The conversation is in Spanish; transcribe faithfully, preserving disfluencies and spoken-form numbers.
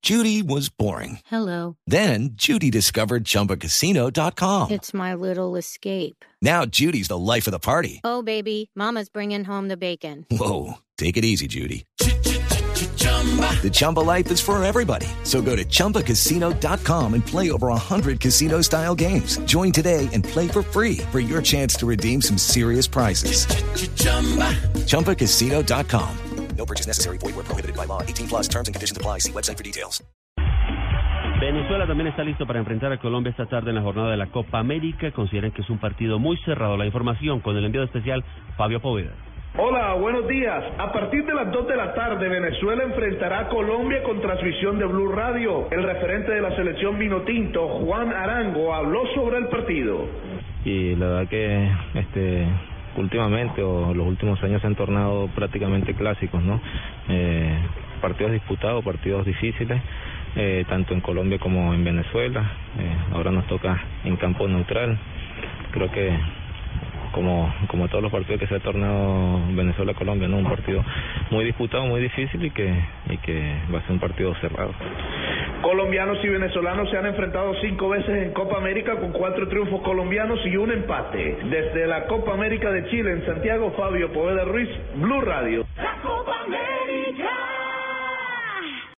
Judy was boring. Hello. Then Judy discovered Chumba Casino dot com. It's my little escape. Now Judy's the life of the party. Oh, baby, mama's bringing home the bacon. Whoa, take it easy, Judy. The Chumba life is for everybody. So go to Chumba Casino dot com and play over one hundred casino-style games. Join today and play for free for your chance to redeem some serious prizes. Chumba Casino dot com. No purchase necessary. Void where prohibited by law. eighteen plus terms and conditions apply. See website for details. Venezuela también está listo para enfrentar a Colombia esta tarde en la jornada de la Copa América. Consideran que es un partido muy cerrado. La información con el enviado especial Fabio Poveda. Hola, buenos días. A partir de las dos de la tarde, Venezuela enfrentará a Colombia con transmisión de Blue Radio. El referente de la selección vinotinto, Juan Arango, habló sobre el partido. Y la verdad que este últimamente o los últimos años se han tornado prácticamente clásicos, ¿no? Eh, partidos disputados, partidos difíciles, eh, tanto en Colombia como en Venezuela. Eh, ahora nos toca en campo neutral. Creo que como como todos los partidos que se ha tornado Venezuela-Colombia, ¿no? Un partido muy disputado, muy difícil y que y que va a ser un partido cerrado. Colombianos y venezolanos se han enfrentado cinco veces en Copa América con cuatro triunfos colombianos y un empate. Desde la Copa América de Chile en Santiago, Fabio Poveda Ruiz, Blue Radio.